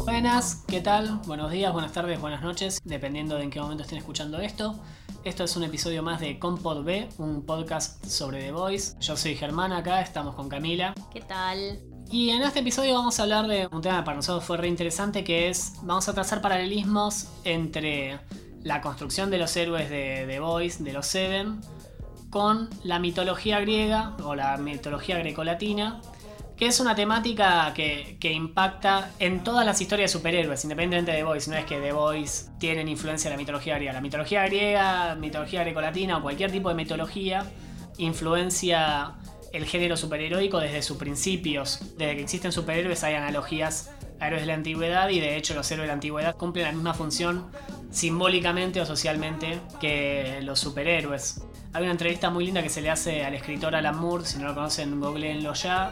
Buenas, ¿qué tal? Buenos días, buenas tardes, buenas noches, dependiendo de en qué momento estén escuchando esto. Esto es un episodio más de Compod B, un podcast sobre The Voice. Yo soy Germán acá, estamos con Camila. ¿Qué tal? Y en este episodio vamos a hablar de un tema que para nosotros fue re interesante, que es, vamos a trazar paralelismos entre la construcción de los héroes de The Voice, de los Seven, con la mitología griega o la mitología grecolatina, que es una temática que impacta en todas las historias de superhéroes, independientemente de The Voice. No es que The Voice tienen influencia de la mitología griega. La mitología griega, mitología grecolatina o cualquier tipo de mitología influencia el género superheroico desde sus principios. Desde que existen superhéroes hay analogías a héroes de la antigüedad, y de hecho los héroes de la antigüedad cumplen la misma función simbólicamente o socialmente que los superhéroes. Hay una entrevista muy linda que se le hace al escritor Alan Moore, si no lo conocen, googleenlo ya,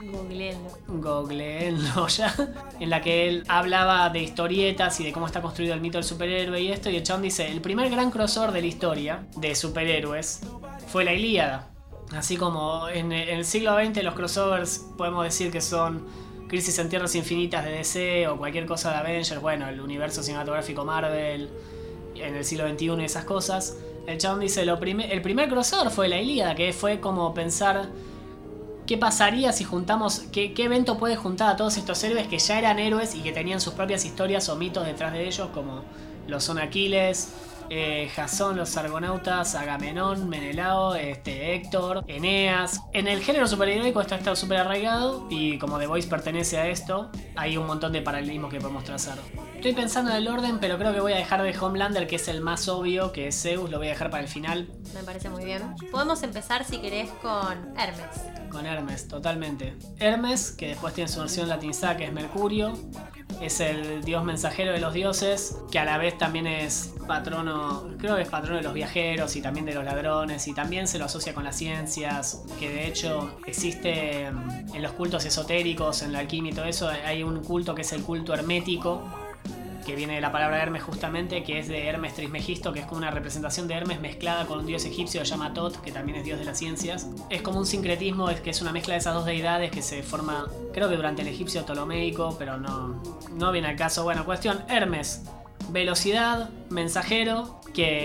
en la que él hablaba de historietas y de cómo está construido el mito del superhéroe y esto, y el chabón dice, el primer gran crossover de la historia de superhéroes fue la Ilíada. Así como en el siglo XX los crossovers podemos decir que son Crisis en Tierras Infinitas de DC o cualquier cosa de Avengers, bueno, el universo cinematográfico Marvel, en el siglo XXI y esas cosas. El chabón dice, el primer crossover fue la Ilíada, que fue como pensar qué pasaría si juntamos, qué evento puede juntar a todos estos héroes que ya eran héroes y que tenían sus propias historias o mitos detrás de ellos, como lo son Aquiles, Jasón, los Argonautas, Agamenón, Menelao, Héctor, Eneas. En el género superheroico esto está súper arraigado, y como The Voice pertenece a esto, hay un montón de paralelismos que podemos trazar. Estoy pensando en el orden, pero creo que voy a dejar de Homelander, que es el más obvio, que es Zeus, lo voy a dejar para el final. Me parece muy bien. Podemos empezar, si querés, con Hermes. Con Hermes, totalmente. Hermes, que después tiene su versión latinizada, que es Mercurio, es el dios mensajero de los dioses, que a la vez también es patrono, creo que es patrono de los viajeros y también de los ladrones, y también se lo asocia con las ciencias, que de hecho existe en los cultos esotéricos, en la alquimia y todo eso, hay un culto que es el culto hermético, que viene de la palabra Hermes justamente, que es de Hermes Trismegisto, que es como una representación de Hermes mezclada con un dios egipcio que se llama Tot, que también es dios de las ciencias. Es como un sincretismo, es que es una mezcla de esas dos deidades que se forma, creo que durante el egipcio ptolemaico, pero no viene al caso. Bueno, cuestión, Hermes, velocidad, mensajero, que...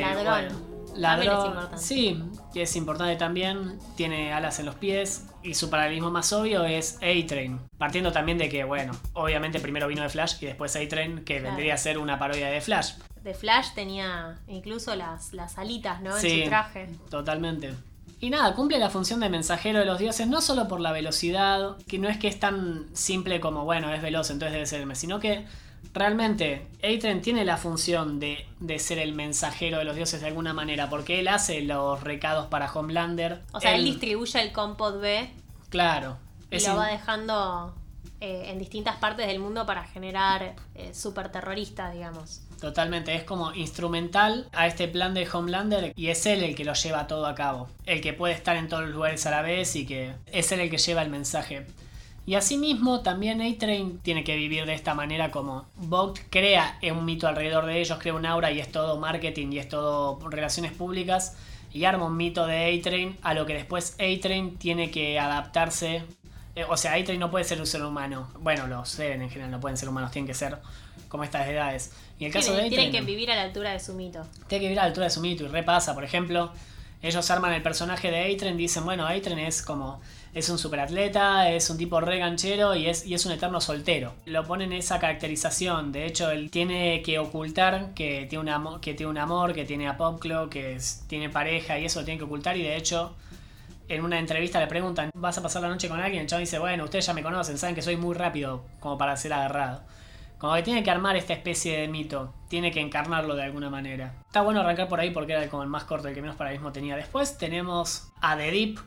Ladrón, sí, que es importante también, tiene alas en los pies, y su paralelismo más obvio es A-Train, partiendo también de que, bueno, obviamente primero vino de Flash y después A-Train, que vendría a ser una parodia de Flash. De Flash tenía incluso las alitas, ¿no? Sí, en su traje. Totalmente. Y nada, cumple la función de mensajero de los dioses, no solo por la velocidad, que no es que es tan simple como, bueno, es veloz, entonces debe ser Hermes, sino que realmente A-Train tiene la función de ser el mensajero de los dioses de alguna manera, porque él hace los recados para Homelander. O sea, él distribuye el Compod B. Claro. Y lo va dejando en distintas partes del mundo para generar super terroristas, digamos. Totalmente, es como instrumental a este plan de Homelander, y es él el que lo lleva todo a cabo. El que puede estar en todos los lugares a la vez y que es él el que lleva el mensaje. Y asimismo también A-Train tiene que vivir de esta manera, como Vogt crea un mito alrededor de ellos, crea un aura y es todo marketing y es todo relaciones públicas, y arma un mito de A-Train a lo que después A-Train tiene que adaptarse. O sea, A-Train no puede ser un ser humano. Bueno, los Seven en general no pueden ser humanos, tienen que ser como estas edades. Y el caso de A-Train, tienen que vivir a la altura de su mito. Tiene que vivir a la altura de su mito y repasa, por ejemplo, ellos arman el personaje de A-Train, dicen, bueno, A-Train es un superatleta, es un tipo re ganchero y es un eterno soltero. Lo ponen esa caracterización. De hecho, él tiene que ocultar que tiene un amor, que tiene apopclo, que tiene pareja, y eso lo tiene que ocultar. Y de hecho, en una entrevista le preguntan, ¿vas a pasar la noche con alguien? El chabón dice, bueno, ustedes ya me conocen, saben que soy muy rápido como para ser agarrado. Como que tiene que armar esta especie de mito, tiene que encarnarlo de alguna manera. Está bueno arrancar por ahí porque era como el más corto, el que menos paralelismo tenía. Después tenemos a The Deep.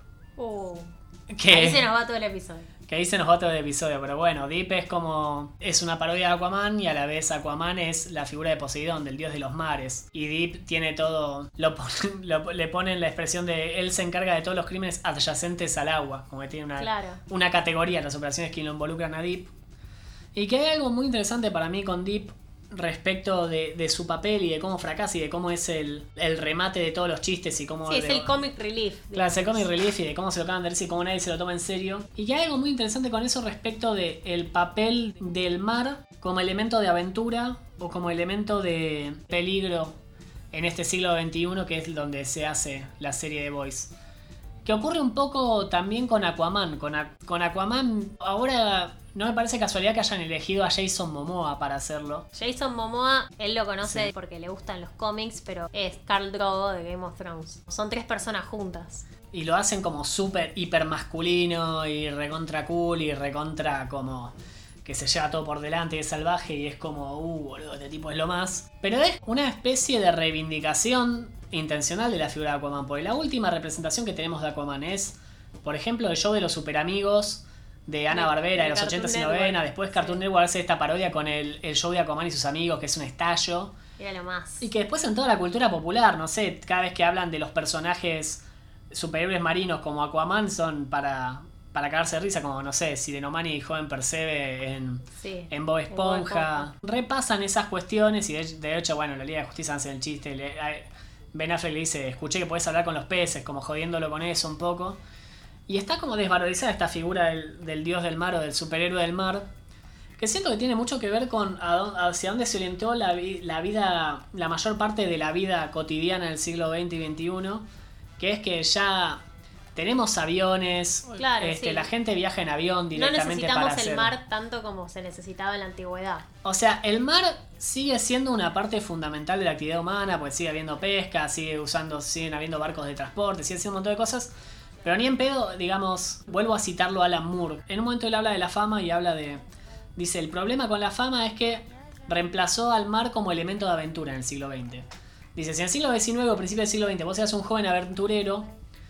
Ahí se nos va todo el episodio. Que ahí se nos va todo el episodio, pero bueno, Deep es una parodia de Aquaman, y a la vez Aquaman es la figura de Poseidón, del dios de los mares. Y Deep tiene todo, le ponen la expresión de él se encarga de todos los crímenes adyacentes al agua, como que tiene una categoría en las operaciones que lo involucran a Deep. Y que hay algo muy interesante para mí con Deep, respecto de su papel y de cómo fracasa y de cómo es el remate de todos los chistes y cómo... Sí, es el comic relief. Digamos. Claro, es el comic relief y de cómo se lo acaban de decir y cómo nadie se lo toma en serio. Y que hay algo muy interesante con eso respecto del papel del mar como elemento de aventura o como elemento de peligro en este siglo XXI, que es donde se hace la serie de Boys. Que ocurre un poco también con Aquaman. Con Aquaman, ahora no me parece casualidad que hayan elegido a Jason Momoa para hacerlo. Jason Momoa, él lo conoce porque le gustan los cómics, pero es Khal Drogo de Game of Thrones. Son 3 personas juntas. Y lo hacen como súper hiper masculino y recontra cool y recontra como... que se lleva todo por delante y es salvaje y es como, boludo, este tipo es lo más. Pero es una especie de reivindicación intencional de la figura de Aquaman, porque la última representación que tenemos de Aquaman es, por ejemplo, el show de los superamigos de Hanna-Barbera de los 80s y 90s, después Cartoon Network hace esta parodia con el show de Aquaman y sus amigos, que es un estallo. Era lo más. Y que después en toda la cultura popular, no sé, cada vez que hablan de los personajes superhéroes marinos como Aquaman son para cagarse de risa, como no sé, Sirenomani y Joven Percebe en Bob Esponja. Repasan esas cuestiones y de hecho, bueno, la Liga de Justicia hace el chiste. Ben Affleck le dice, escuché que podés hablar con los peces, como jodiéndolo con eso un poco. Y está como desvalorizada esta figura del dios del mar o del superhéroe del mar, que siento que tiene mucho que ver con hacia dónde se orientó la vida, la mayor parte de la vida cotidiana del siglo XX y XXI, que es que ya... tenemos aviones, claro, sí. La gente viaja en avión directamente para No necesitamos el mar tanto como se necesitaba en la antigüedad. O sea, el mar sigue siendo una parte fundamental de la actividad humana, pues sigue habiendo pesca, siguen habiendo barcos de transporte, sigue haciendo un montón de cosas. Pero ni en pedo, digamos, vuelvo a citarlo a Alan Moore. En un momento él habla de la fama y habla de... dice, el problema con la fama es que reemplazó al mar como elemento de aventura en el siglo XX. Dice, si en el siglo XIX o principio del siglo XX vos eras un joven aventurero,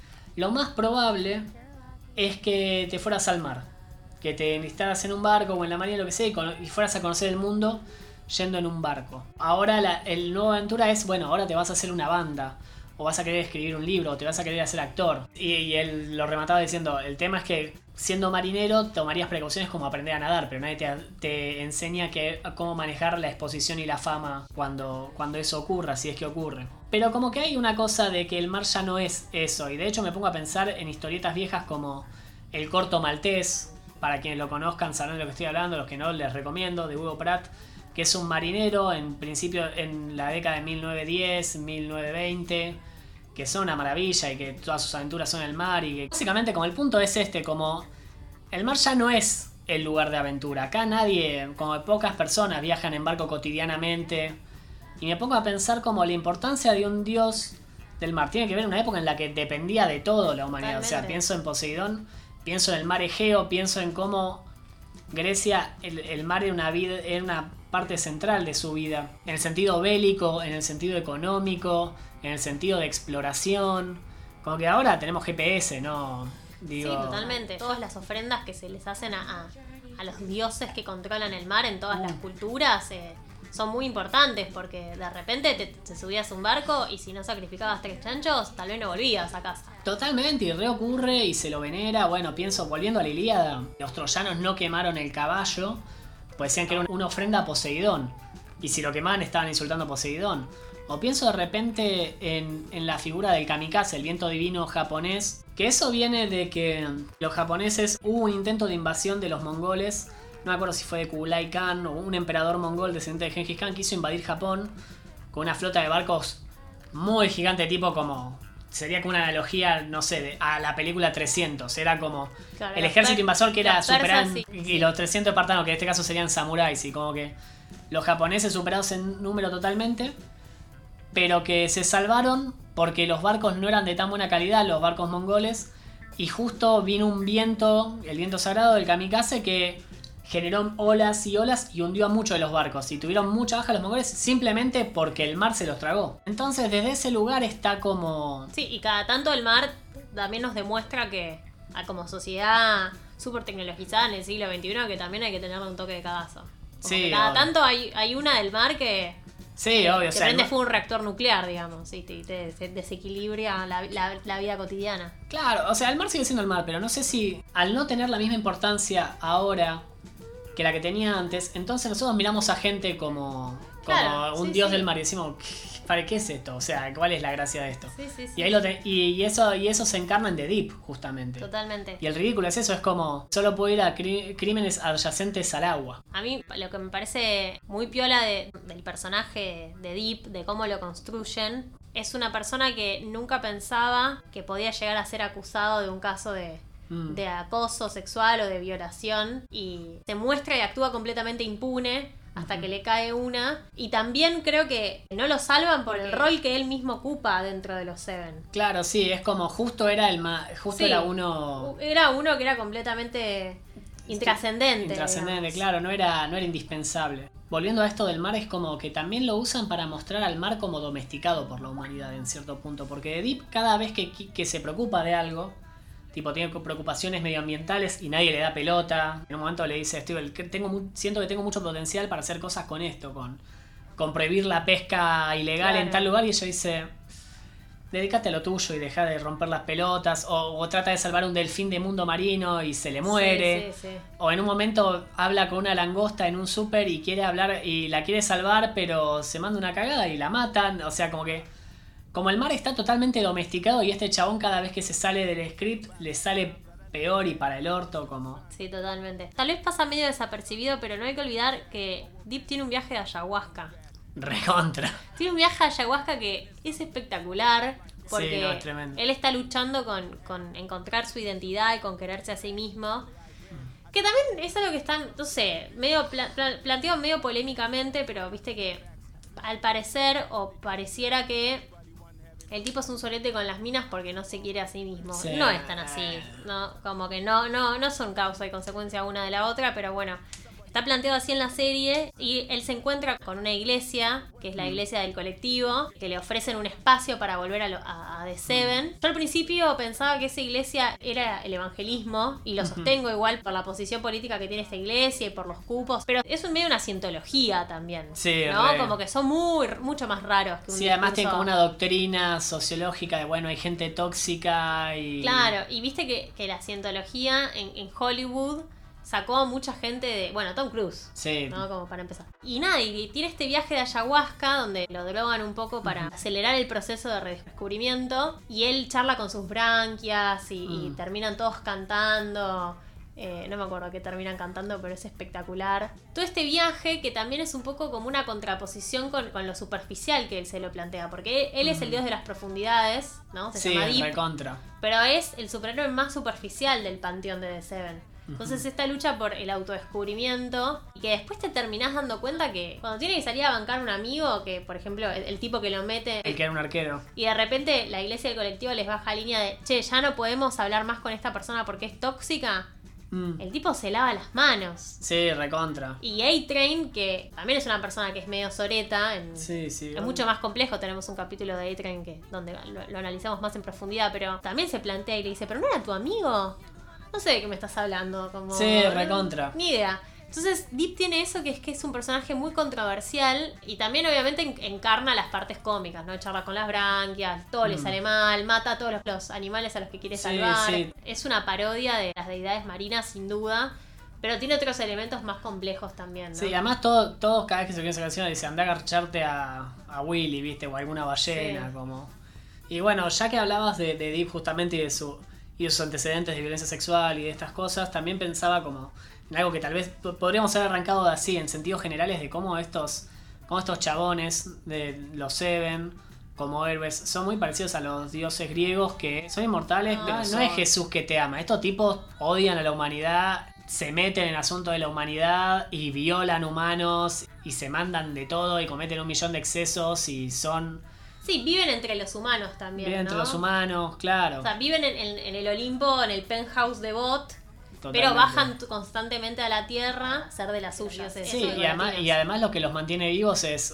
lo más probable es que te fueras al mar, que te enlistaras en un barco o en la marina, lo que sea, y fueras a conocer el mundo yendo en un barco. Ahora el nuevo aventura es, bueno, ahora te vas a hacer una banda, o vas a querer escribir un libro, o te vas a querer hacer actor. Y él lo remataba diciendo, el tema es que siendo marinero tomarías precauciones como aprender a nadar, pero nadie te enseña cómo manejar la exposición y la fama cuando eso ocurra, si es que ocurre. Pero como que hay una cosa de que el mar ya no es eso, y de hecho me pongo a pensar en historietas viejas como El Corto Maltés, para quienes lo conozcan sabrán de lo que estoy hablando, los que no les recomiendo, de Hugo Pratt, que es un marinero en principio en la década de 1910, 1920, que son una maravilla y que todas sus aventuras son en el mar y que básicamente como el punto es como el mar ya no es el lugar de aventura. Acá nadie, como pocas personas viajan en barco cotidianamente. Y me pongo a pensar como la importancia de un dios del mar. Tiene que ver en una época en la que dependía de todo la humanidad. Totalmente. O sea, pienso en Poseidón, pienso en el mar Egeo, pienso en cómo Grecia, el mar era una parte central de su vida. En el sentido bélico, en el sentido económico, en el sentido de exploración. Como que ahora tenemos GPS, ¿no? Digo... Sí, totalmente. Todas las ofrendas que se les hacen a los dioses que controlan el mar en todas las culturas... son muy importantes porque de repente te subías a un barco y si no sacrificabas 3 chanchos, tal vez no volvías a casa. Totalmente, y reocurre y se lo venera. Bueno, pienso, volviendo a la Ilíada, los troyanos no quemaron el caballo, pues decían que era una ofrenda a Poseidón. Y si lo quemaban estaban insultando a Poseidón. O pienso de repente en la figura del kamikaze, el viento divino japonés, que eso viene de que los japoneses, hubo un intento de invasión de los mongoles. No me acuerdo si fue de Kublai Khan o un emperador mongol descendiente de Genghis Khan, quiso invadir Japón con una flota de barcos muy gigante, tipo como... sería como una analogía, no sé, a la película 300. Era como claro, el ejército invasor que era superado y los 300 espartanos, que en este caso serían samuráis. Y como que los japoneses superados en número totalmente, pero que se salvaron porque los barcos no eran de tan buena calidad, los barcos mongoles. Y justo vino un viento, el viento sagrado del kamikaze, que... generó olas y olas y hundió a muchos de los barcos. Y tuvieron mucha baja los mongoles simplemente porque el mar se los tragó. Entonces desde ese lugar está como... Sí, y cada tanto el mar también nos demuestra que como sociedad súper tecnologizada en el siglo XXI que también hay que tenerle un toque de cagazo. Como sí, que cada tanto hay una del mar que... Sí, obvio. Que prende fue un reactor nuclear, digamos. Y te desequilibra la vida cotidiana. Claro, o sea, el mar sigue siendo el mar, pero no sé si al no tener la misma importancia ahora... que la que tenía antes, entonces nosotros miramos a gente como como Claro, un sí, dios sí. del mar y decimos, ¿para qué es esto? O sea, ¿cuál es la gracia de esto? Sí, sí, sí. Y ahí y eso se encarna en The Deep, justamente. Totalmente. Y el ridículo es eso, es como solo puedo ir a crímenes adyacentes al agua. A mí lo que me parece muy piola del personaje de Deep, de cómo lo construyen, es una persona que nunca pensaba que podía llegar a ser acusado de un caso de acoso sexual o de violación, y se muestra y actúa completamente impune hasta que le cae una. Y también creo que no lo salvan por el rol que él mismo ocupa dentro de los Seven. Claro, sí, es como justo era justo Sí. era uno Era uno que era completamente intrascendente. intrascendente, digamos. claro, no era indispensable. Volviendo a esto del mar, es como que también lo usan para mostrar al mar como domesticado por la humanidad en cierto punto, porque Deep cada vez que se preocupa de algo, tipo tiene preocupaciones medioambientales y nadie le da pelota, en un momento le dice, siento que tengo mucho potencial para hacer cosas con esto, con prohibir la pesca ilegal Claro. en tal lugar, y ella dice, dedícate a lo tuyo y deja de romper las pelotas, o trata de salvar un delfín de mundo marino y se le muere. Sí, sí, sí. O en un momento habla con una langosta en un súper y quiere hablar y la quiere salvar, pero se manda una cagada y la matan. O sea, como el mar está totalmente domesticado y este chabón cada vez que se sale del script le sale peor y para el orto, como... Sí, totalmente. Tal vez pasa medio desapercibido, pero no hay que olvidar que Deep tiene un viaje de ayahuasca. Recontra. Tiene un viaje a ayahuasca que es espectacular, porque Sí, no, es tremendo. él está luchando con encontrar su identidad y con quererse a sí mismo. Que también es algo que está, no sé, medio planteado medio polémicamente, pero viste que al parecer o pareciera que el tipo es un solete con las minas porque no se quiere a sí mismo. Sí. No es tan así, ¿no? Como que no son causa y consecuencia una de la otra, pero bueno, está planteado así en la serie y él se encuentra con una iglesia, que es la iglesia del colectivo, que le ofrecen un espacio para volver a The Seven. Yo al principio pensaba que esa iglesia era el evangelismo y lo sostengo igual por la posición política que tiene esta iglesia y por los cupos, pero es un medio una cientología también, Sí, ¿no? re. Como que son mucho más raros que un Sí, además tiene discurso. como una doctrina sociológica de, bueno, hay gente tóxica y... Claro, y viste que la cientología en Hollywood sacó a mucha gente de... Bueno, Tom Cruise, Sí. ¿no? Como para empezar. Y nada, y tiene este viaje de ayahuasca donde lo drogan un poco para acelerar el proceso de redescubrimiento. Y él charla con sus branquias y terminan todos cantando. No me acuerdo qué terminan cantando, pero es espectacular. Todo este viaje que también es un poco como una contraposición con lo superficial que él se lo plantea. Porque él es el dios de las profundidades, ¿no? Se Sí, llama Deep. recontra. Pero es el superhéroe más superficial del panteón de The Seven. Entonces esta lucha por el autodescubrimiento y que después te terminás dando cuenta que cuando tiene que salir a bancar un amigo, que por ejemplo el tipo que lo mete El que era un arquero. y de repente la iglesia del colectivo les baja línea de che, ya no podemos hablar más con esta persona porque es tóxica, el tipo se lava las manos. Sí, recontra. Y A-Train, que también es una persona que es medio soreta, Sí, sí. es mucho más complejo, tenemos un capítulo de A-Train donde lo analizamos más en profundidad, pero también se plantea y le dice, ¿pero no era tu amigo? No sé de qué me estás hablando. Como, Sí, recontra. Ni idea. Entonces Deep tiene eso que es un personaje muy controversial y también obviamente encarna las partes cómicas, ¿no? Charla con las branquias, todo le sale mal, mata a todos los animales a los que quiere Sí, salvar. sí. Es una parodia de las deidades marinas sin duda, pero tiene otros elementos más complejos también, ¿no? Sí, además todos cada vez que se ve esa canción dice anda a garcharte a Willy, ¿viste? O a alguna ballena, Sí. como... Y bueno, ya que hablabas de Deep justamente y de sus antecedentes de violencia sexual y de estas cosas, también pensaba como en algo que tal vez podríamos haber arrancado así, en sentidos generales, de cómo estos chabones de los Seven, como héroes, son muy parecidos a los dioses griegos que son inmortales, pero no es Jesús que te ama. Estos tipos odian a la humanidad, se meten en el asunto de la humanidad y violan humanos y se mandan de todo y cometen 1.000.000 de excesos y son... Sí, viven entre los humanos también, Viven entre ¿no? los humanos, claro. O sea, viven en el Olimpo, en el penthouse de Bot, Totalmente. pero bajan constantemente a la tierra a ser de las suyas. Sí, y además lo que los mantiene vivos es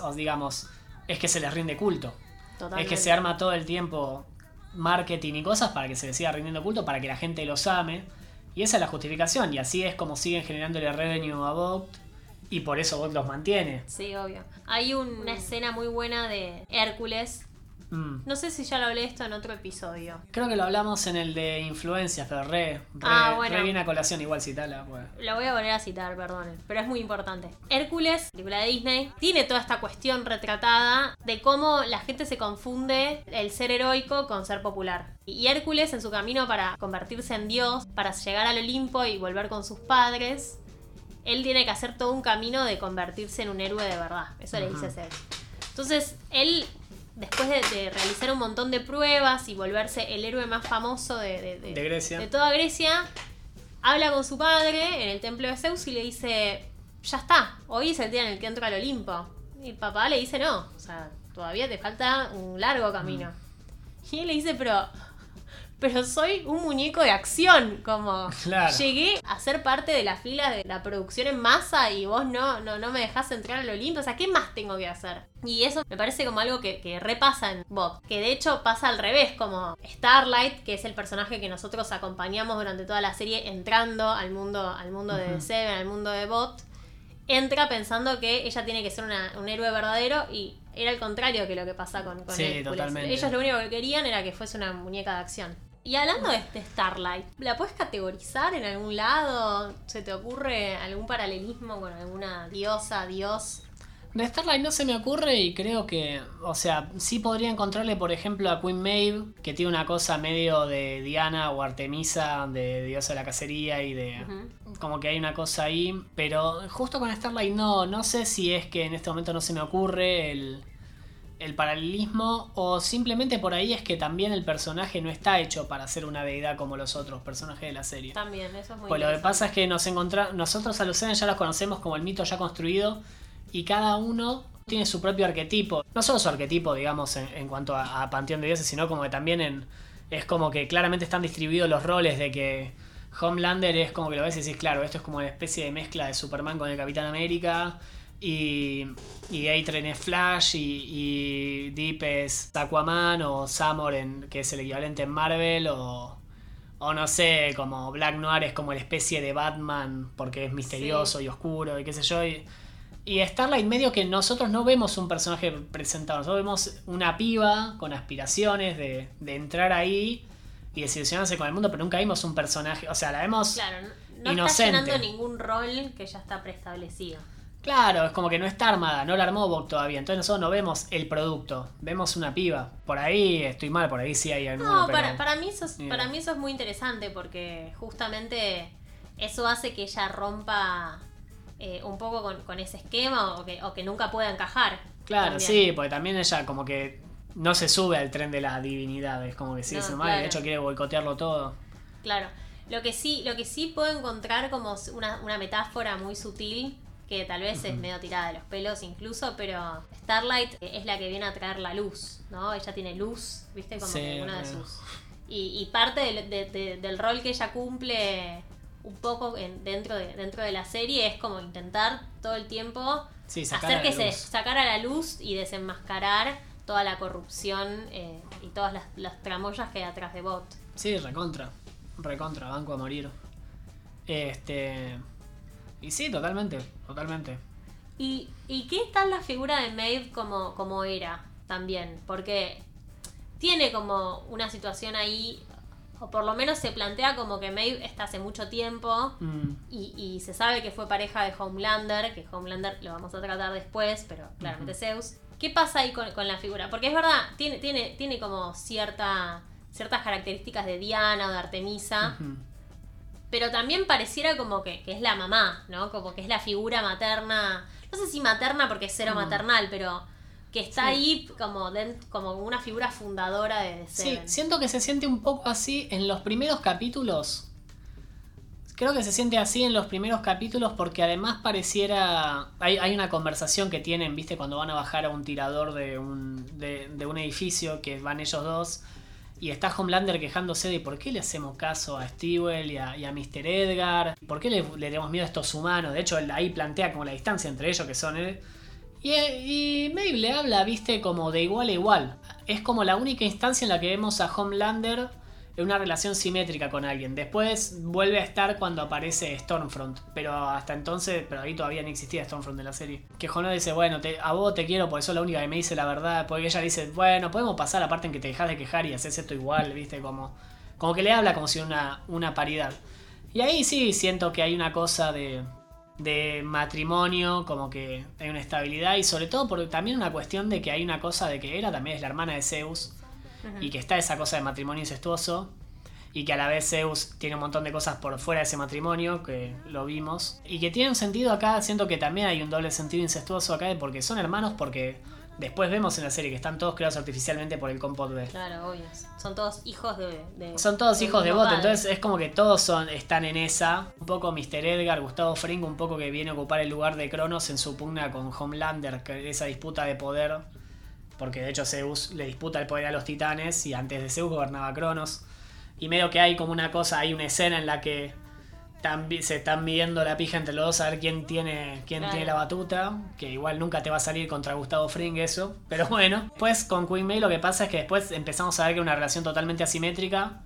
que se les rinde culto. Totalmente. Es que se arma todo el tiempo marketing y cosas para que se les siga rindiendo culto, para que la gente los ame. Y esa es la justificación. Y así es como siguen generándole revenue a Vogt. Y por eso Vogt los mantiene. Sí, obvio. Hay una escena muy buena de Hércules No sé si ya lo hablé esto en otro episodio. Creo que lo hablamos en el de influencias, pero re viene a colación, igual citala. Pues. Lo voy a volver a citar, perdón, pero es muy importante. Hércules, película de Disney, tiene toda esta cuestión retratada de cómo la gente se confunde el ser heroico con ser popular. Y Hércules, en su camino para convertirse en Dios, para llegar al Olimpo y volver con sus padres, él tiene que hacer todo un camino de convertirse en un héroe de verdad. Eso le dice Zeus. Entonces, él, después de realizar un montón de pruebas y volverse el héroe más famoso de Grecia, de toda Grecia, habla con su padre en el templo de Zeus y le dice, ya está, hoy es el día en el que entro al Olimpo. Y el papá le dice, no, o sea, todavía te falta un largo camino. Y él le dice, pero soy un muñeco de acción, como claro. Llegué a ser parte de la fila de la producción en masa y vos no me dejás entrar al Olimpo, o sea, ¿qué más tengo que hacer? Y eso me parece como algo que repasa en Bot, que de hecho pasa al revés, como Starlight, que es el personaje que nosotros acompañamos durante toda la serie entrando al mundo de Seven, al mundo de Bot, entra pensando que ella tiene que ser un héroe verdadero y era el contrario que lo que pasa con sí, Hércules. Totalmente. Ellos lo único que querían era que fuese una muñeca de acción. Y hablando de este Starlight, ¿la puedes categorizar en algún lado? ¿Se te ocurre algún paralelismo con alguna diosa, dios? De Starlight no se me ocurre y creo que, o sea, sí podría encontrarle, por ejemplo, a Queen Maeve, que tiene una cosa medio de Diana o Artemisa, de diosa de la cacería y de... Como que hay una cosa ahí, pero justo con Starlight no sé si es que en este momento no se me ocurre el paralelismo o simplemente por ahí es que también el personaje no está hecho para ser una deidad como los otros personajes de la serie. También, eso es muy pues lo que pasa es que nosotros a los Seven ya los conocemos como el mito ya construido y cada uno tiene su propio arquetipo. No solo su arquetipo, digamos, en cuanto a panteón de dioses, sino como que también es como que claramente están distribuidos los roles de que Homelander es como que lo ves y decís, claro, esto es como una especie de mezcla de Superman con el Capitán América. Y A-Train es Flash y Deep es Aquaman o Samor que es el equivalente en Marvel o no sé, como Black Noir es como la especie de Batman porque es misterioso y oscuro y qué sé yo y Starlight medio que nosotros no vemos un personaje presentado, nosotros vemos una piba con aspiraciones de entrar ahí y desilusionarse con el mundo, pero nunca vimos un personaje, o sea, la vemos no inocente. Está llenando ningún rol que ya está preestablecido. Claro, es como que no está armada, no la armó Bot todavía. Entonces nosotros no vemos el producto, vemos una piba. Por ahí estoy mal, por ahí sí hay alguno. No, pero... para mí eso es muy interesante porque justamente eso hace que ella rompa un poco con ese esquema o que nunca pueda encajar. Claro, también. Sí, porque también ella como que no se sube al tren de la divinidad. Es como que sigue siendo mal y de hecho quiere boicotearlo todo. Claro, lo que sí puedo encontrar como una metáfora muy sutil que tal vez es medio tirada de los pelos incluso, pero Starlight es la que viene a traer la luz, ¿no? Ella tiene luz, ¿viste? Como que una de sus... Y parte del rol que ella cumple un poco dentro de la serie es como intentar todo el tiempo hacer que se sacar a la luz y desenmascarar toda la corrupción y todas las tramoyas que hay atrás de Bot. Sí, recontra, banco a morir. Y sí, totalmente. ¿Y qué tal la figura de Maeve como era también? Porque tiene como una situación ahí, o por lo menos se plantea como que Maeve está hace mucho tiempo y se sabe que fue pareja de Homelander, que Homelander lo vamos a tratar después, pero claramente Zeus. ¿Qué pasa ahí con la figura? Porque es verdad, tiene como ciertas características de Diana o de Artemisa. Pero también pareciera como que es la mamá, ¿no? Como que es la figura materna. No sé si materna porque es cero maternal, pero que está ahí como una figura fundadora de Seven. Sí, siento que se siente un poco así en los primeros capítulos. Creo que se siente así en los primeros capítulos porque además pareciera... Hay una conversación que tienen, ¿viste? Cuando van a bajar a un tirador de un edificio, que van ellos dos... Y está Homelander quejándose de por qué le hacemos caso a Stewell y a Mr. Edgar. ¿Por qué le tenemos miedo a estos humanos? De hecho, él ahí plantea como la distancia entre ellos que son él. Y Maeve le habla, viste, como de igual a igual. Es como la única instancia en la que vemos a Homelander en una relación simétrica con alguien. Después vuelve a estar cuando aparece Stormfront, pero hasta entonces, pero ahí todavía no existía Stormfront en la serie. Que Homelander dice, bueno, a vos te quiero porque sos la única que me dice la verdad, porque ella dice, bueno, podemos pasar la parte en que te dejas de quejar y haces esto igual, viste, como que le habla como si una paridad. Y ahí sí siento que hay una cosa de matrimonio, como que hay una estabilidad y sobre todo porque también una cuestión de que hay una cosa de que Hera también es la hermana de Zeus y que está esa cosa de matrimonio incestuoso y que a la vez Zeus tiene un montón de cosas por fuera de ese matrimonio, que lo vimos, y que tiene un sentido acá. Siento que también hay un doble sentido incestuoso acá porque son hermanos, porque después vemos en la serie que están todos creados artificialmente por el Compot B. Claro, obvio. Son todos hijos de son todos hijos de mismo Bot, padre. entonces es como que todos están en esa. Un poco Mr. Edgar, Gustavo Fring, un poco que viene a ocupar el lugar de Cronos en su pugna con Homelander, que esa disputa de poder, porque de hecho Zeus le disputa el poder a los titanes y antes de Zeus gobernaba Cronos. Y medio que hay como una cosa, hay una escena en la que se están midiendo la pija entre los dos a ver quién tiene la batuta, que igual nunca te va a salir contra Gustavo Fring eso, pero bueno. Pues con Queen May lo que pasa es que después empezamos a ver que era una relación totalmente asimétrica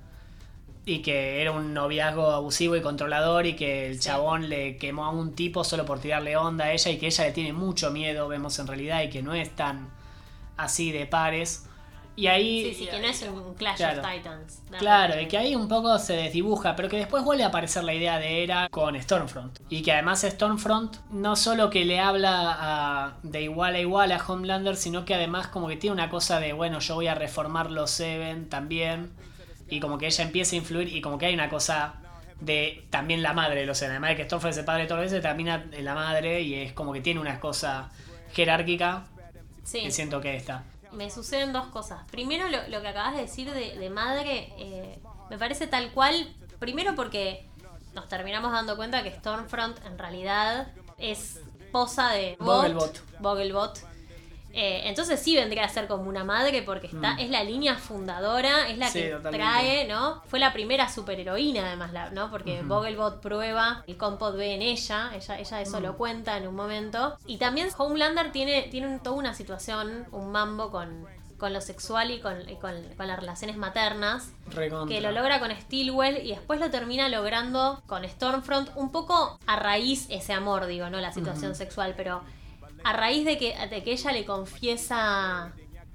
y que era un noviazgo abusivo y controlador y que el chabón le quemó a un tipo solo por tirarle onda a ella y que ella le tiene mucho miedo, vemos en realidad, y que no es tan así de pares. Y ahí, Sí, que no es un Clash claro, of Titans. Claro, y que ahí un poco se desdibuja, pero que después vuelve a aparecer la idea de Hera con Stormfront. Y que además Stormfront no solo que le habla de igual a igual a Homelander, sino que además como que tiene una cosa de, bueno, yo voy a reformar los Seven también. Y como que ella empieza a influir y como que hay una cosa de también la madre de los Seven. Además de que Stormfront es el padre de todas las veces, termina en la madre y es como que tiene una cosa jerárquica que siento que está. Me suceden dos cosas. Primero, lo que acabas de decir de madre, me parece tal cual. Primero porque nos terminamos dando cuenta que Stormfront en realidad es esposa de Vogelbot. Entonces sí vendría a ser como una madre porque es la línea fundadora, es la que totalmente trae, ¿no? Fue la primera superheroína además, ¿no? Porque Vogelbot prueba el Compot B en ella eso lo cuenta en un momento. Y también Homelander tiene toda una situación, un mambo con lo sexual y con las relaciones maternas. Recontra. Que lo logra con Stillwell y después lo termina logrando con Stormfront, un poco a raíz ese amor, digo, no la situación sexual, pero a raíz de que ella le confiesa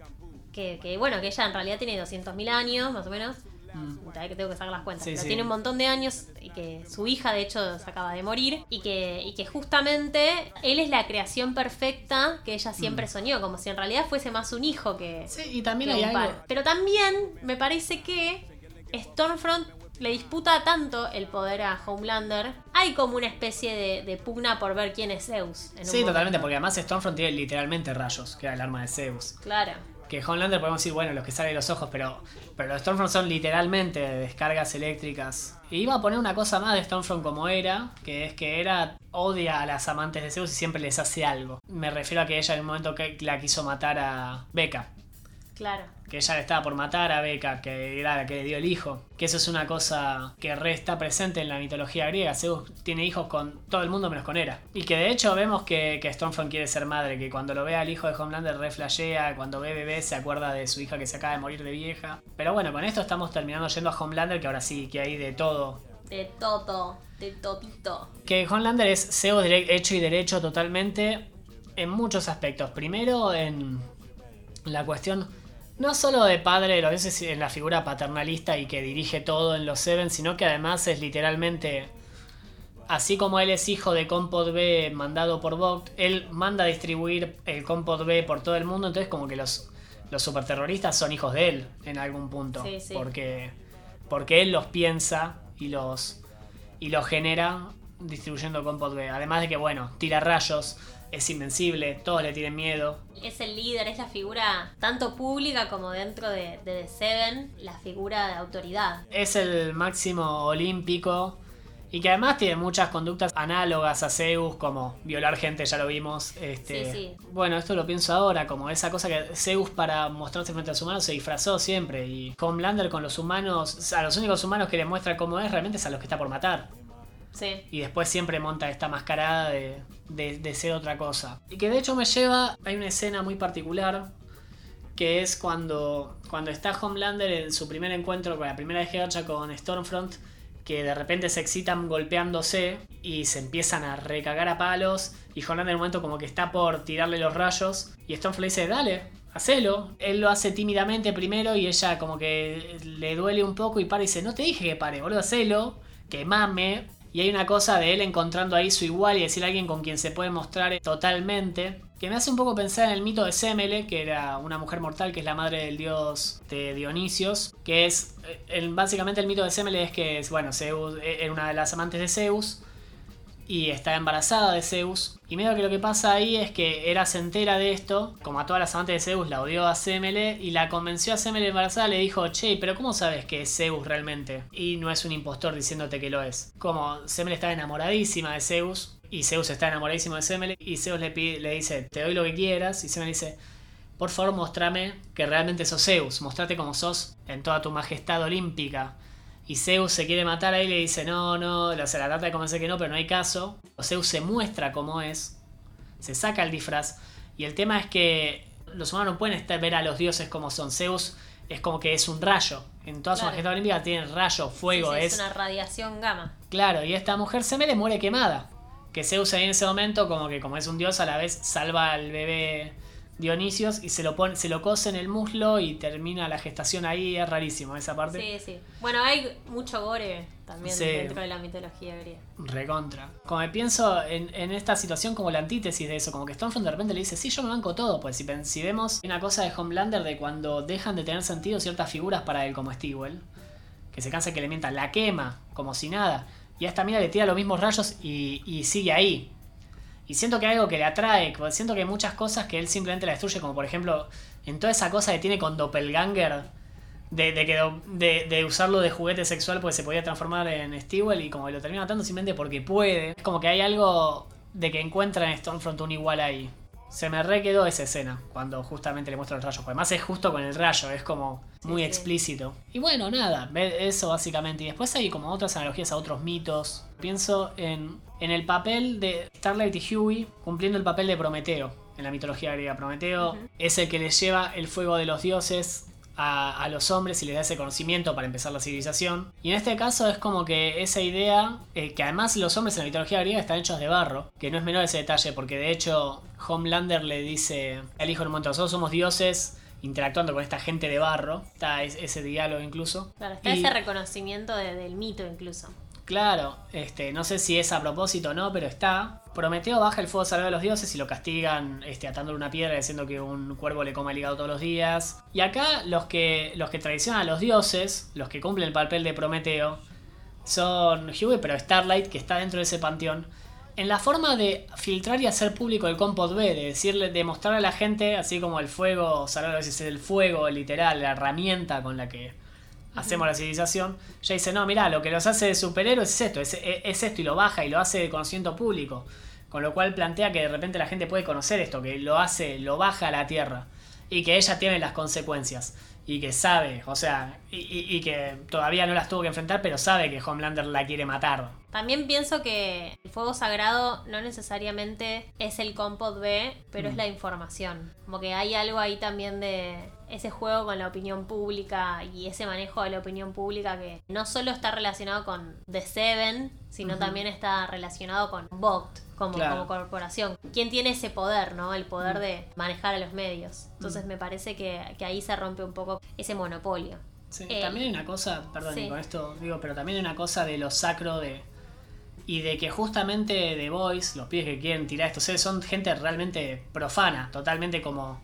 que ella en realidad tiene 200.000 años, más o menos. Que tengo que sacar las cuentas, pero tiene un montón de años y que su hija de hecho se acaba de morir y que justamente él es la creación perfecta que ella siempre soñó, como si en realidad fuese más un hijo que y también hay algo. Pero también me parece que Stormfront le disputa tanto el poder a Homelander. Hay como una especie de pugna por ver quién es Zeus. Totalmente, porque además Stormfront tiene literalmente rayos, que era el arma de Zeus. Claro. Que Homelander podemos decir, bueno, los que salen de los ojos, pero los Stormfront son literalmente descargas eléctricas. Y iba a poner una cosa más de Stormfront como Hera, que es que Hera odia a las amantes de Zeus y siempre les hace algo. Me refiero a que ella en un momento que la quiso matar a Becca. Claro. Que ella le estaba por matar a Becca, que era la que le dio el hijo. Que eso es una cosa que está presente en la mitología griega. Zeus tiene hijos con todo el mundo menos con Hera. Y que de hecho vemos que Stormfront quiere ser madre. Que cuando lo ve al hijo de Homelander reflashea. Cuando ve bebé se acuerda de su hija que se acaba de morir de vieja. Pero bueno, con esto estamos terminando yendo a Homelander, que ahora sí, que hay de todo. De todito. Que Homelander es Zeus hecho y derecho totalmente en muchos aspectos. Primero en la cuestión no solo de padre, a veces en la figura paternalista y que dirige todo en los Seven, sino que además es literalmente, así como él es hijo de Compot B mandado por Vogt, él manda a distribuir el Compot B por todo el mundo, entonces como que los superterroristas son hijos de él en algún punto. Sí. Porque él los piensa y los genera distribuyendo Compot B. Además de que, bueno, tira rayos, es invencible, todos le tienen miedo. Es el líder, es la figura tanto pública como dentro de The Seven, la figura de autoridad. Es el máximo olímpico y que además tiene muchas conductas análogas a Zeus, como violar gente, ya lo vimos. Sí. Bueno, esto lo pienso ahora, como esa cosa que Zeus para mostrarse frente a los humanos se disfrazó siempre. Y Homelander con los humanos, a los únicos humanos que le muestra cómo es realmente es a los que está por matar. Sí. Y después siempre monta esta mascarada de ser otra cosa. Y que de hecho me lleva... Hay una escena muy particular que es cuando está Homelander en su primer encuentro con la primera desgracia con Stormfront, que de repente se excitan golpeándose y se empiezan a recagar a palos, y Homelander en un momento como que está por tirarle los rayos, y Stormfront le dice, dale, hacelo. Él lo hace tímidamente primero y ella como que le duele un poco y para y dice, no te dije que pare, boludo, hacelo, que mame. Y hay una cosa de él encontrando ahí su igual y decir a alguien con quien se puede mostrar totalmente, que me hace un poco pensar en el mito de Semele, que era una mujer mortal, que es la madre del dios de Dionisios, que es, básicamente el mito de Semele es que, bueno, Zeus era una de las amantes de Zeus, y está embarazada de Zeus, y medio que lo que pasa ahí es que Hera se entera de esto, como a todas las amantes de Zeus la odió a Semele y la convenció a Semele embarazada, le dijo, che, pero ¿cómo sabes que es Zeus realmente? Y no es un impostor diciéndote que lo es. Como Semele está enamoradísima de Zeus, y Zeus está enamoradísimo de Semele, y Zeus le dice, te doy lo que quieras, y Semele dice, por favor mostrame que realmente sos Zeus, mostrate como sos en toda tu majestad olímpica. Y Zeus se quiere matar ahí y le dice no, se la trata de convencer que no, pero no hay caso. Zeus se muestra como es, se saca el disfraz, y el tema es que los humanos no pueden ver a los dioses como son. Zeus es como que es un rayo, en toda su majestad olímpica tiene rayo, fuego, es una radiación gamma. Claro, y esta mujer Semele muere quemada. Que Zeus ahí en ese momento, como que como es un dios, a la vez salva al bebé Dionisios y se lo cose en el muslo y termina la gestación ahí. Es rarísimo esa parte. Sí. Bueno, hay mucho gore también dentro de la mitología griega. Recontra. Como me pienso en esta situación como la antítesis de eso, como que Stormfront de repente le dice, sí, yo me banco todo. Pues si vemos una cosa de Homelander de cuando dejan de tener sentido ciertas figuras para él, como Stewell, que se cansa que le mientan, la quema como si nada, y a esta mina le tira los mismos rayos y sigue ahí. Y siento que hay algo que le atrae, siento que hay muchas cosas que él simplemente la destruye, como por ejemplo en toda esa cosa que tiene con Doppelganger, de usarlo de juguete sexual porque se podía transformar en Stewell, y como que lo termina matando simplemente porque puede. Es como que hay algo de que encuentra en Stormfront un igual ahí. Se me re quedó esa escena cuando justamente le muestra el rayo, porque además es justo con el rayo, es como muy explícito. Y bueno, nada, eso básicamente. Y después hay como otras analogías a otros mitos. Pienso en el papel de Starlight y Hughie cumpliendo el papel de Prometeo en la mitología griega. Prometeo es el que les lleva el fuego de los dioses a los hombres y les da ese conocimiento para empezar la civilización. Y en este caso es como que esa idea, que además los hombres en la mitología griega están hechos de barro, que no es menor ese detalle, porque de hecho Homelander le dice al hijo en un momento, nosotros somos dioses interactuando con esta gente de barro. Está ese diálogo incluso. Claro, está ese reconocimiento del mito incluso. Claro, no sé si es a propósito o no, pero está. Prometeo baja el fuego sagrado de los dioses y lo castigan atándole una piedra diciendo que un cuervo le coma el hígado todos los días. Y acá los que traicionan a los dioses, los que cumplen el papel de Prometeo, son Hughie, pero Starlight, que está dentro de ese panteón, en la forma de filtrar y hacer público el Compot B, de mostrar a la gente, así como el fuego sagrado, es el fuego literal, la herramienta con la que hacemos la civilización. Ya dice, no, mirá, lo que los hace de superhéroes es esto, es esto, y lo baja y lo hace de conocimiento público. Con lo cual plantea que de repente la gente puede conocer esto, que lo baja a la tierra y que ella tiene las consecuencias y que sabe, o sea, y que todavía no las tuvo que enfrentar, pero sabe que Homelander la quiere matar. También pienso que el fuego sagrado no necesariamente es el Compot B, pero es la información. Como que hay algo ahí también de ese juego con la opinión pública y ese manejo de la opinión pública que no solo está relacionado con The Seven, sino también está relacionado con Vogt como corporación. ¿Quién tiene ese poder, no? El poder de manejar a los medios. Entonces me parece que ahí se rompe un poco ese monopolio. Sí, también hay una cosa, perdón, con esto digo, pero también hay una cosa de lo sacro y de que justamente The Boys, los pibes que quieren tirar estos seres, son gente realmente profana, totalmente como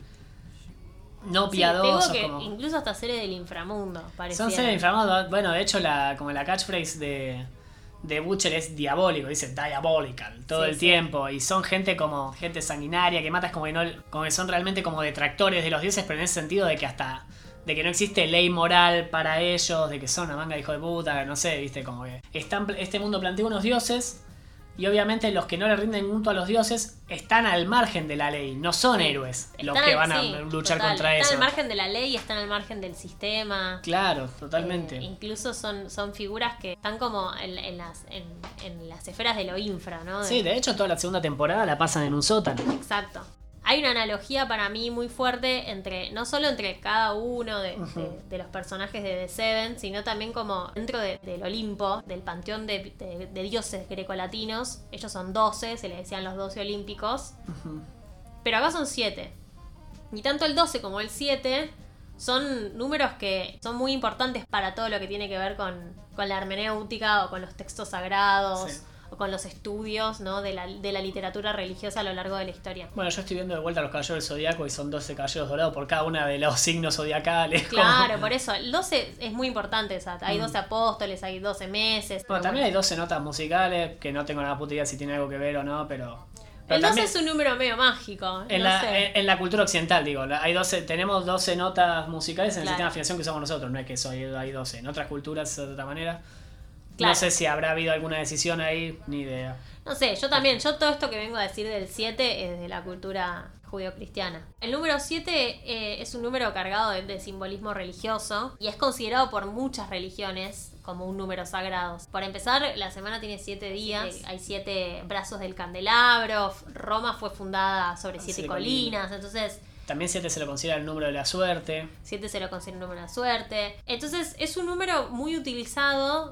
no piadosos. Que como incluso hasta seres del inframundo, parecía. Son seres del inframundo. Bueno, de hecho como la catchphrase de Butcher es diabólico, dice diabolical todo el tiempo, y son gente sanguinaria que matas, como que son realmente como detractores de los dioses, pero en ese sentido de que hasta de que no existe ley moral para ellos, de que son una manga de hijo de puta, no sé, viste, como que este mundo plantea unos dioses y obviamente los que no le rinden culto a los dioses están al margen de la ley, no son héroes los que van a luchar contra eso. Están al margen de la ley y están al margen del sistema. Claro, totalmente. Incluso son figuras que están como en las esferas de lo infra, ¿no? Sí, de hecho toda la segunda temporada la pasan en un sótano. Exacto. hay una analogía para mí muy fuerte no solo entre cada uno de los personajes de The Seven, sino también como dentro del Olimpo, del panteón de dioses grecolatinos. Ellos son 12, se les decían los 12 olímpicos, pero acá son 7. Y tanto el 12 como el 7 son números que son muy importantes para todo lo que tiene que ver con la hermenéutica o con los textos sagrados. Sí. O con los estudios, ¿no? de la literatura religiosa a lo largo de la historia. Bueno, yo estoy viendo de vuelta los caballeros del Zodíaco y son 12 caballeros dorados por cada uno de los signos zodiacales. Claro, como... por eso. El 12 es muy importante. O sea, hay 12 apóstoles, hay 12 meses. Bueno, también hay 12 notas musicales, que no tengo nada puta idea si tiene algo que ver o no, pero el 12 es un número medio mágico. En la cultura occidental, digo. Tenemos 12 notas musicales en el sistema de afinación que somos nosotros. No es que hay 12. En otras culturas es de otra manera. Claro. No sé si habrá habido alguna decisión ahí, ni idea. No sé, yo todo esto que vengo a decir del 7 es de la cultura judeocristiana. El número 7 es un número cargado de simbolismo religioso y es considerado por muchas religiones como un número sagrado. Por empezar, la semana tiene 7 días, hay 7 brazos del candelabro, Roma fue fundada sobre 7 colinas, entonces... También 7 se lo considera el número de la suerte. 7 se lo considera el número de la suerte. Entonces es un número muy utilizado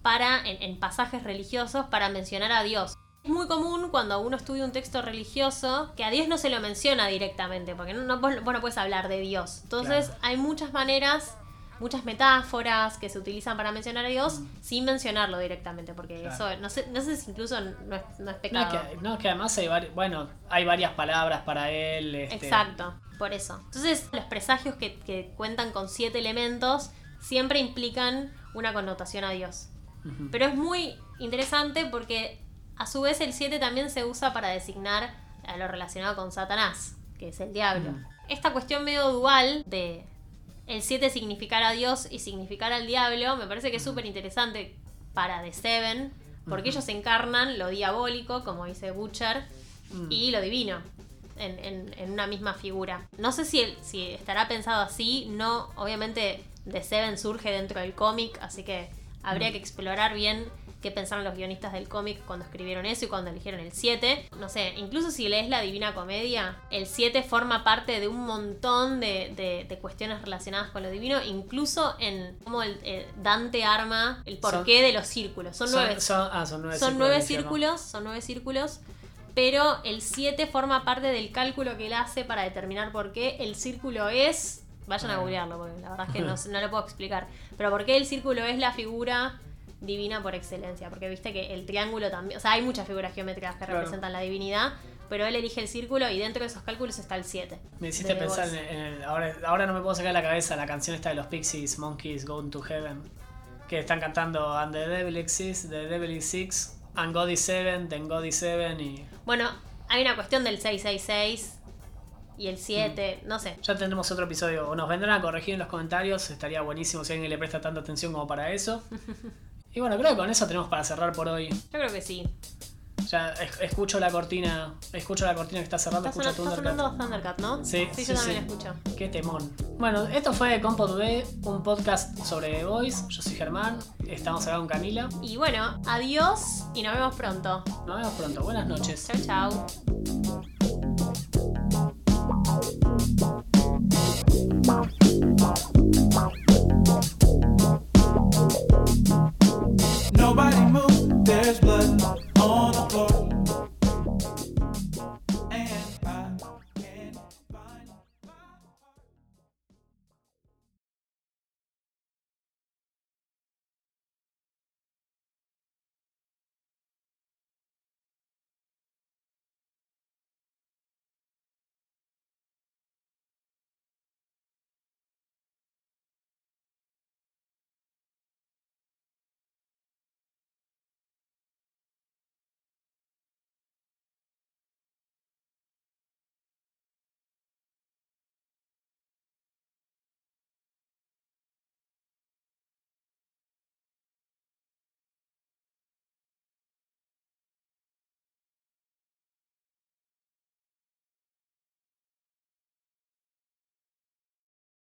en pasajes religiosos para mencionar a Dios. Es muy común cuando uno estudia un texto religioso que a Dios no se lo menciona directamente, porque vos no puedes hablar de Dios. Entonces hay muchas maneras, muchas metáforas que se utilizan para mencionar a Dios sin mencionarlo directamente, porque eso no sé si incluso no es pecado. No, que además hay varias palabras para él. Exacto, por eso. Entonces los presagios que cuentan con 7 elementos siempre implican una connotación a Dios. Pero es muy interesante porque a su vez el 7 también se usa para designar a lo relacionado con Satanás, que es el diablo. Esta cuestión medio dual de el 7 significar a Dios y significar al diablo me parece que es súper interesante para The Seven, porque ellos encarnan lo diabólico, como dice Butcher, y lo divino en una misma figura. No sé si estará pensado así, no, obviamente The Seven surge dentro del cómic, así que habría que explorar bien qué pensaron los guionistas del cómic cuando escribieron eso y cuando eligieron el 7. No sé, incluso si lees la Divina Comedia, el 7 forma parte de un montón de cuestiones relacionadas con lo divino, incluso en cómo Dante arma el porqué de los círculos. Son 9 círculos, pero el 7 forma parte del cálculo que él hace para determinar por qué el círculo es... Vayan a googlearlo, porque la verdad es que no lo puedo explicar. Pero ¿por qué el círculo es la figura divina por excelencia? Porque viste que el triángulo también... O sea, hay muchas figuras geométricas que representan la divinidad, pero él elige el círculo y dentro de esos cálculos está el 7. Me hiciste pensar en ahora no me puedo sacar de la cabeza la canción esta de los Pixies, Monkeys Gone to Heaven, que están cantando And the Devil Exists, The Devil is 6, And God is 7, Then God is 7 y... Bueno, hay una cuestión del 666... Y el 7, no sé. Ya tendremos otro episodio. O nos vendrán a corregir en los comentarios. Estaría buenísimo si alguien le presta tanta atención como para eso. Y bueno, creo que con eso tenemos para cerrar por hoy. Yo creo que sí. Ya escucho la cortina que está cerrando. Está sonando Thundercat, ¿no? Sí, yo también la escucho. Qué temón. Bueno, esto fue Compod B, un podcast sobre The Voice. Yo soy Germán, estamos acá con Camila. Y bueno, adiós y nos vemos pronto. Buenas noches. Chau. Nobody move, there's blood on the floor.